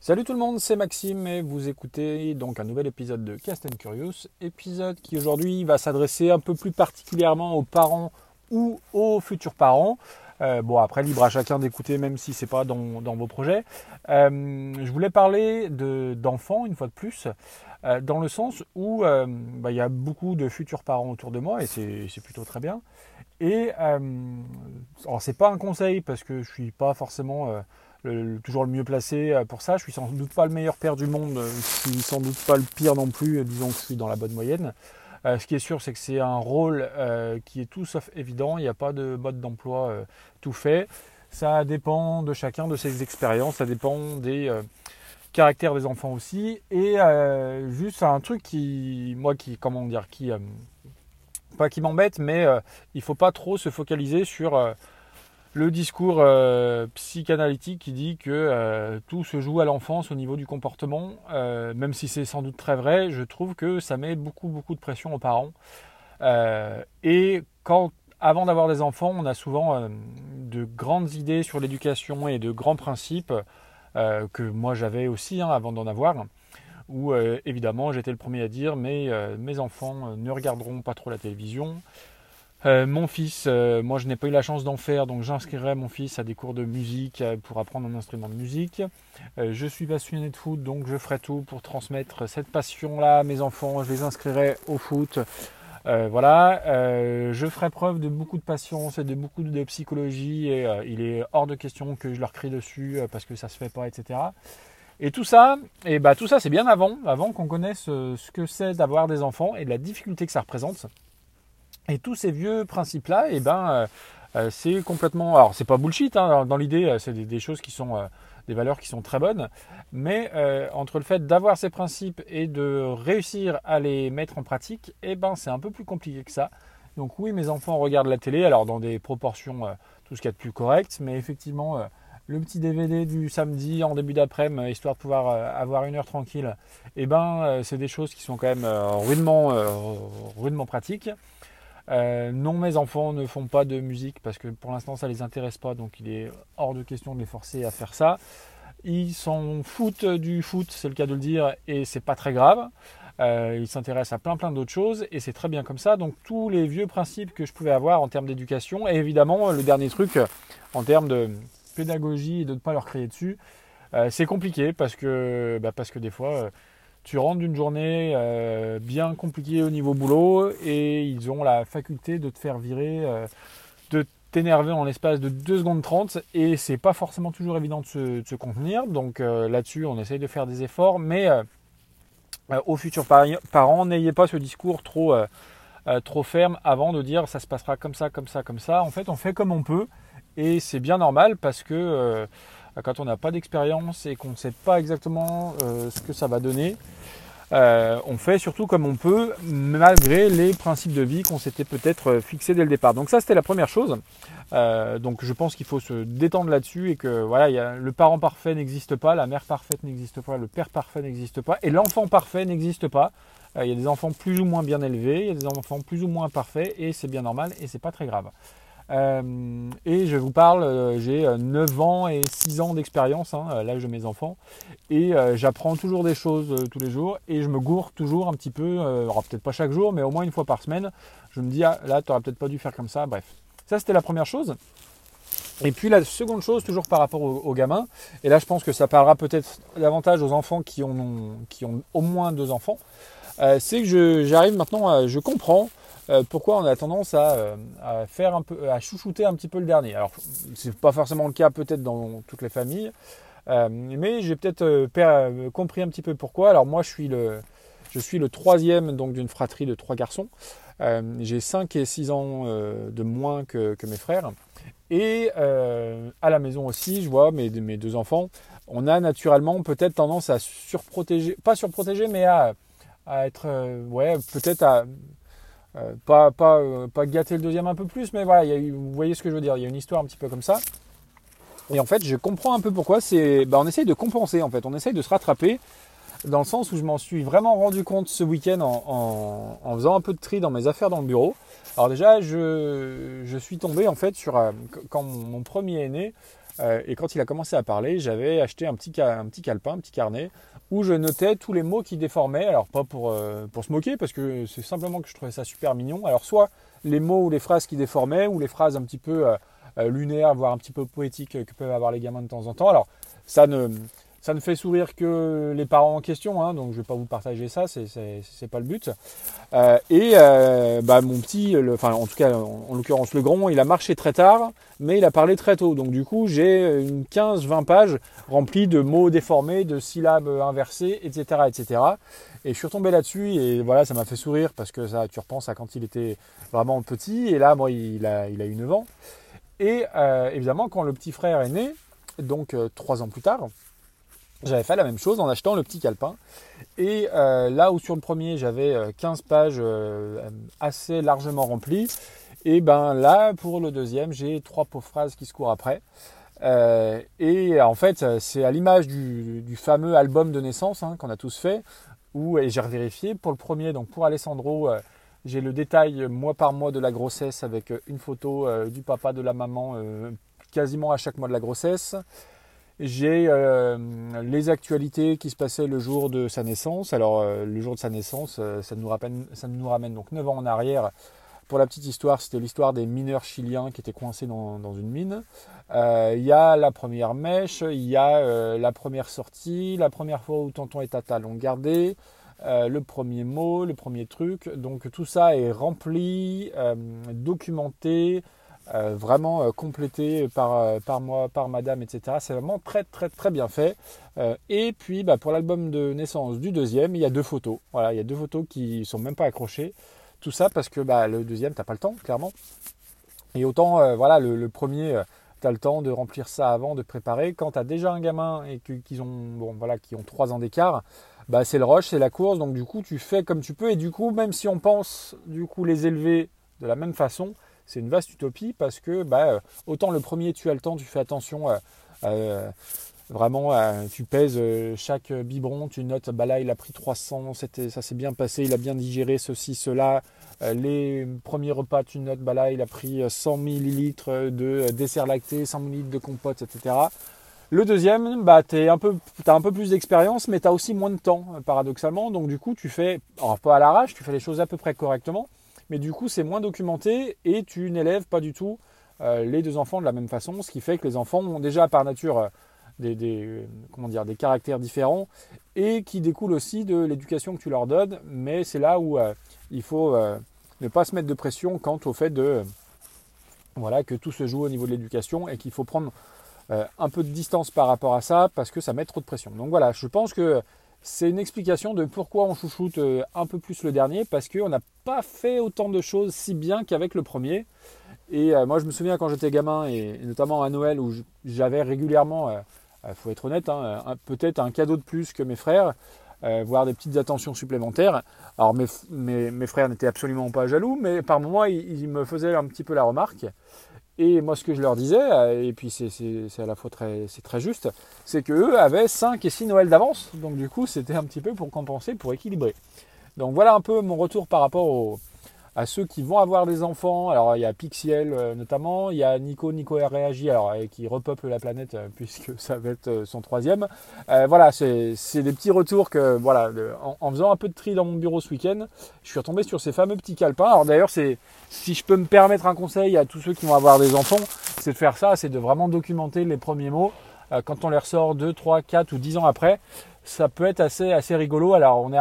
Salut tout le monde, c'est Maxime et vous écoutez donc un nouvel épisode de Cast and Curious, épisode qui aujourd'hui va s'adresser un peu plus particulièrement aux parents ou aux futurs parents. Bon après libre à chacun d'écouter même si c'est pas dans vos projets. Je voulais parler d'enfants une fois de plus, dans le sens où il y a beaucoup de futurs parents autour de moi et c'est plutôt très bien. Et alors c'est pas un conseil parce que je suis pas forcément toujours le mieux placé pour ça. Je suis sans doute pas le meilleur père du monde, je suis sans doute pas le pire non plus. Disons que je suis dans la bonne moyenne. Ce qui est sûr, c'est que c'est un rôle qui est tout sauf évident. Il n'y a pas de mode d'emploi tout fait. Ça dépend de chacun, de ses expériences. Ça dépend des caractères des enfants aussi. Et juste un truc pas qui m'embête, mais il ne faut pas trop se focaliser sur le discours psychanalytique qui dit que tout se joue à l'enfance au niveau du comportement. Même si c'est sans doute très vrai, je trouve que ça met beaucoup de pression aux parents. Et avant d'avoir des enfants, on a souvent de grandes idées sur l'éducation et de grands principes que moi j'avais aussi avant d'en avoir. Où évidemment j'étais le premier à dire mais mes enfants ne regarderont pas trop la télévision. Mon fils, moi je n'ai pas eu la chance d'en faire, donc j'inscrirai mon fils à des cours de musique pour apprendre un instrument de musique. Je suis passionné de foot, donc je ferai tout pour transmettre cette passion-là à mes enfants. Je les inscrirai au foot. Je ferai preuve de beaucoup de patience et de beaucoup de psychologie et il est hors de question que je leur crie dessus parce que ça se fait pas, etc. Et tout ça, tout ça c'est bien avant qu'on connaisse ce que c'est d'avoir des enfants et de la difficulté que ça représente. Et tous ces vieux principes-là, c'est complètement... Alors, c'est pas bullshit, dans l'idée, c'est des choses qui sont... des valeurs qui sont très bonnes. Mais entre le fait d'avoir ces principes et de réussir à les mettre en pratique, c'est un peu plus compliqué que ça. Donc oui, mes enfants regardent la télé, alors dans des proportions tout ce qu'il y a de plus correct, mais effectivement, le petit DVD du samedi en début d'après-midi, histoire de pouvoir avoir une heure tranquille, c'est des choses qui sont quand même rudement pratiques. Non, mes enfants ne font pas de musique parce que pour l'instant ça les intéresse pas, donc il est hors de question de les forcer à faire ça. Ils s'en foutent du foot, c'est le cas de le dire, et c'est pas très grave. Ils s'intéressent à plein d'autres choses et c'est très bien comme ça. Donc tous les vieux principes que je pouvais avoir en termes d'éducation, et évidemment le dernier truc en termes de pédagogie et de ne pas leur crier dessus, c'est compliqué parce que des fois tu rentres d'une journée bien compliquée au niveau boulot et ils ont la faculté de te faire virer, de t'énerver en l'espace de 2 secondes 30 et c'est pas forcément toujours évident de se contenir. Donc là-dessus, on essaye de faire des efforts, mais aux futurs parents, n'ayez pas ce discours trop ferme avant de dire ça se passera comme ça. En fait, on fait comme on peut et c'est bien normal parce que quand on n'a pas d'expérience et qu'on ne sait pas exactement ce que ça va donner, on fait surtout comme on peut malgré les principes de vie qu'on s'était peut-être fixés dès le départ. Donc ça c'était la première chose. Donc je pense qu'il faut se détendre là-dessus et que voilà, le parent parfait n'existe pas, la mère parfaite n'existe pas, le père parfait n'existe pas et l'enfant parfait n'existe pas. Il y a des enfants plus ou moins bien élevés, il y a des enfants plus ou moins parfaits et c'est bien normal et c'est pas très grave. Et je vous parle, j'ai 9 ans et 6 ans d'expérience à l'âge de mes enfants et j'apprends toujours des choses tous les jours et je me gourre toujours un petit peu, alors peut-être pas chaque jour mais au moins une fois par semaine, je me dis ah là tu n'aurais peut-être pas dû faire comme ça, bref. Ça c'était la première chose. Et puis la seconde chose, toujours par rapport aux gamins, et là je pense que ça parlera peut-être davantage aux enfants qui ont au moins 2 enfants, c'est que j'arrive maintenant, je comprends pourquoi on a tendance à faire à chouchouter un petit peu le dernier. Alors c'est pas forcément le cas peut-être dans toutes les familles, mais j'ai peut-être compris un petit peu pourquoi. Alors moi je suis le troisième donc d'une fratrie de 3 garçons. J'ai 5 et 6 ans de moins que mes frères. Et à la maison aussi, je vois mes 2 enfants, on a naturellement peut-être tendance à pas surprotéger, mais à être, peut-être à pas gâter le deuxième un peu plus, mais voilà, vous voyez ce que je veux dire, il y a une histoire un petit peu comme ça. Et en fait, je comprends un peu pourquoi, on essaye de compenser en fait, on essaye de se rattraper, dans le sens où je m'en suis vraiment rendu compte ce week-end en faisant un peu de tri dans mes affaires dans le bureau. Alors déjà, je suis tombé en fait sur, quand mon premier est né, Et quand il a commencé à parler, j'avais acheté un petit calepin, un petit carnet, où je notais tous les mots qui déformaient. Alors pas pour se moquer, parce que c'est simplement que je trouvais ça super mignon. Alors soit les mots ou les phrases qui déformaient, ou les phrases un petit peu lunaires, voire un petit peu poétiques que peuvent avoir les gamins de temps en temps. Alors ça ne fait sourire que les parents en question, hein, donc je ne vais pas vous partager ça, c'est pas le but. Mon petit, en tout cas en l'occurrence le grand, il a marché très tard, mais il a parlé très tôt. Donc du coup j'ai une 15-20 pages remplies de mots déformés, de syllabes inversées, etc., etc. Et je suis retombé là-dessus et voilà, ça m'a fait sourire parce que ça, tu repenses à quand il était vraiment petit. Et là, moi, il a eu 9 ans. Et évidemment, quand le petit frère est né, donc 3 ans plus tard, j'avais fait la même chose en achetant le petit calepin. Et là où sur le premier, j'avais 15 pages assez largement remplies, et ben là, pour le deuxième, j'ai 3 pauvres phrases qui se courent après. Et en fait, c'est à l'image du fameux album de naissance qu'on a tous fait, et j'ai revérifié. Pour le premier, donc pour Alessandro, j'ai le détail mois par mois de la grossesse avec une photo du papa, de la maman, quasiment à chaque mois de la grossesse. J'ai les actualités qui se passaient le jour de sa naissance. Alors le jour de sa naissance, ça nous ramène donc 9 ans en arrière. Pour la petite histoire, c'était l'histoire des mineurs chiliens qui étaient coincés dans une mine. Il y a la première mèche, il y a la première sortie, la première fois où tonton et tata l'ont gardé, le premier mot, le premier truc. Donc tout ça est rempli, documenté, vraiment complété par moi, par madame, etc. C'est vraiment très très très bien fait. Et puis pour l'album de naissance du deuxième, il y a 2 photos. Voilà, il y a 2 photos qui sont même pas accrochées. Tout ça parce que le deuxième, t'as pas le temps, clairement. Et autant, le premier, tu as le temps de remplir ça avant, de préparer. Quand tu as déjà un gamin et qui ont 3 ans d'écart, c'est le rush, c'est la course. Donc du coup, tu fais comme tu peux. Et du coup, même si on pense les élever de la même façon, c'est une vaste utopie parce que autant le premier, tu as le temps, tu fais attention. Vraiment, tu pèses chaque biberon, tu notes, là il a pris 300, ça s'est bien passé, il a bien digéré ceci, cela. Les premiers repas, tu notes, là il a pris 100 ml de dessert lacté, 100 ml de compote, etc. Le deuxième, t'as un peu plus d'expérience, mais tu as aussi moins de temps, paradoxalement. Donc du coup, tu fais, alors pas à l'arrache, tu fais les choses à peu près correctement, mais du coup c'est moins documenté et tu n'élèves pas du tout les 2 enfants de la même façon, ce qui fait que les enfants ont déjà par nature des caractères différents et qui découlent aussi de l'éducation que tu leur donnes. Mais c'est là où il faut ne pas se mettre de pression quant au fait que tout se joue au niveau de l'éducation et qu'il faut prendre un peu de distance par rapport à ça parce que ça met trop de pression. Donc voilà, je pense que c'est une explication de pourquoi on chouchoute un peu plus le dernier, parce qu'on n'a pas fait autant de choses si bien qu'avec le premier. Et moi je me souviens quand j'étais gamin, et notamment à Noël où j'avais régulièrement, faut être honnête, peut-être un cadeau de plus que mes frères, voire des petites attentions supplémentaires. Alors mes frères n'étaient absolument pas jaloux, mais par moments ils me faisaient un petit peu la remarque. Et moi ce que je leur disais, et puis c'est à la fois c'est très juste, c'est qu'eux avaient 5 et 6 Noël d'avance. Donc du coup c'était un petit peu pour compenser, pour équilibrer. Donc voilà un peu mon retour par rapport à ceux qui vont avoir des enfants. Alors il y a Pixiel notamment, il y a Nico réagit, qui repeuple la planète puisque ça va être son 3e. C'est des petits retours que en faisant un peu de tri dans mon bureau ce week-end, je suis retombé sur ces fameux petits calepins. Alors d'ailleurs, si je peux me permettre un conseil à tous ceux qui vont avoir des enfants, c'est de faire ça, c'est de vraiment documenter les premiers mots quand on les ressort 2, 3, 4 ou 10 ans après. Ça peut être assez rigolo. Alors on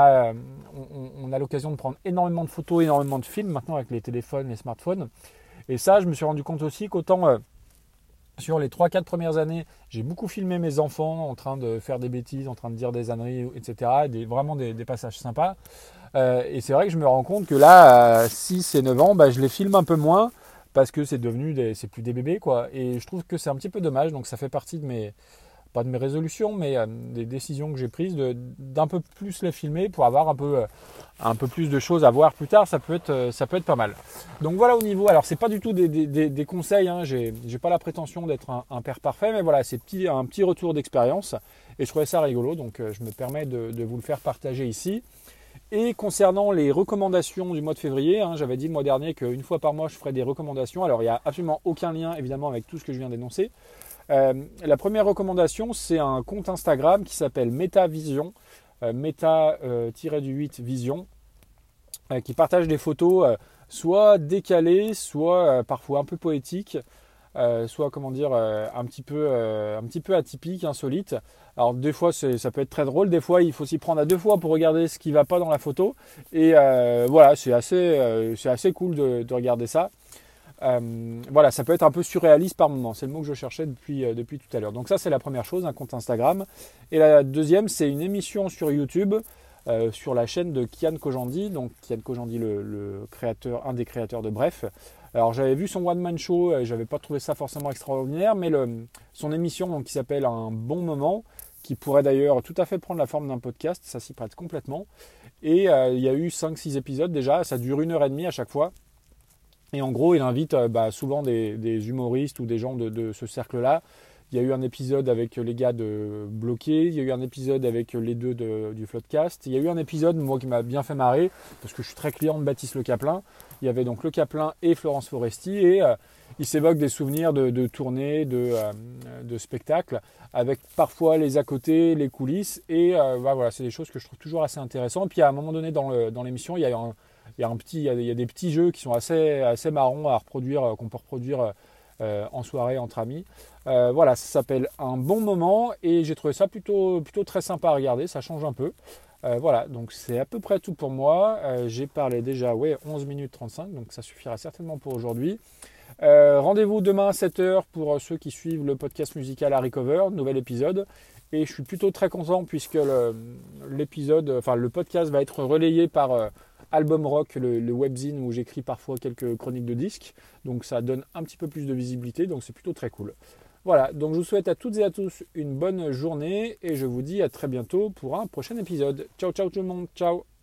a l'occasion de prendre énormément de photos, énormément de films maintenant avec les téléphones, les smartphones. Et ça, je me suis rendu compte aussi qu'autant sur les 3-4 premières années, j'ai beaucoup filmé mes enfants en train de faire des bêtises, en train de dire des âneries, etc. Vraiment des passages sympas. Et c'est vrai que je me rends compte que là, à 6 et 9 ans, je les filme un peu moins parce que c'est c'est plus des bébés, quoi. Et je trouve que c'est un petit peu dommage. Donc ça fait partie pas de mes résolutions, mais des décisions que j'ai prises d'un peu plus les filmer pour avoir un peu plus de choses à voir plus tard. Ça peut être pas mal. Donc voilà au niveau. Alors c'est pas du tout des conseils. J'ai pas la prétention d'être un père parfait, mais voilà, c'est un petit retour d'expérience et je trouvais ça rigolo. Donc je me permets de vous le faire partager ici. Et concernant les recommandations du mois de février, j'avais dit le mois dernier qu'une fois par mois je ferais des recommandations. Alors il n'y a absolument aucun lien évidemment avec tout ce que je viens d'énoncer. La première recommandation, c'est un compte Instagram qui s'appelle MetaVision, Meta-8 Vision, qui partage des photos soit décalées, soit parfois un peu poétiques, soit un petit peu atypiques, insolites. Alors des fois ça peut être très drôle, des fois il faut s'y prendre à deux fois pour regarder ce qui ne va pas dans la photo. Et voilà, c'est assez cool de regarder ça. Voilà, ça peut être un peu surréaliste par moment. C'est le mot que je cherchais depuis tout à l'heure. Donc ça, c'est la première chose, un compte Instagram. Et la deuxième, c'est une émission sur YouTube, sur la chaîne de Kian Kojandi. Donc Kian Kojandi, le créateur, un des créateurs de Bref. Alors j'avais vu son one-man show, et j'avais pas trouvé ça forcément extraordinaire, mais son émission donc, qui s'appelle Un bon moment, qui pourrait d'ailleurs tout à fait prendre la forme d'un podcast, ça s'y prête complètement. Et il y a eu 5-6 épisodes déjà, ça dure 1h30 à chaque fois. Et en gros, il invite souvent des humoristes ou des gens de ce cercle-là. Il y a eu un épisode avec les gars de Bloqué, il y a eu un épisode avec les deux du Floodcast. Il y a eu un épisode, moi, qui m'a bien fait marrer, parce que je suis très client de Baptiste Le Caplin. Il y avait donc Le Caplin et Florence Foresti, et ils s'évoquent des souvenirs de tournées, de spectacles, avec parfois les à côté, les coulisses. Et voilà, c'est des choses que je trouve toujours assez intéressantes. Puis à un moment donné dans l'émission, il y a des petits jeux qui sont assez marrants à reproduire, qu'on peut reproduire en soirée entre amis. Voilà, ça s'appelle Un bon moment et j'ai trouvé ça plutôt très sympa à regarder, ça change un peu. Voilà, donc c'est à peu près tout pour moi. J'ai parlé déjà 11 minutes 35, donc ça suffira certainement pour aujourd'hui. Rendez-vous demain à 7h pour ceux qui suivent le podcast musical Harry Cover, nouvel épisode. Et je suis plutôt très content puisque le podcast va être relayé par Album Rock, le webzine où j'écris parfois quelques chroniques de disques. Donc ça donne un petit peu plus de visibilité, donc c'est plutôt très cool. Voilà, donc je vous souhaite à toutes et à tous une bonne journée et je vous dis à très bientôt pour un prochain épisode. Ciao, ciao tout le monde, ciao.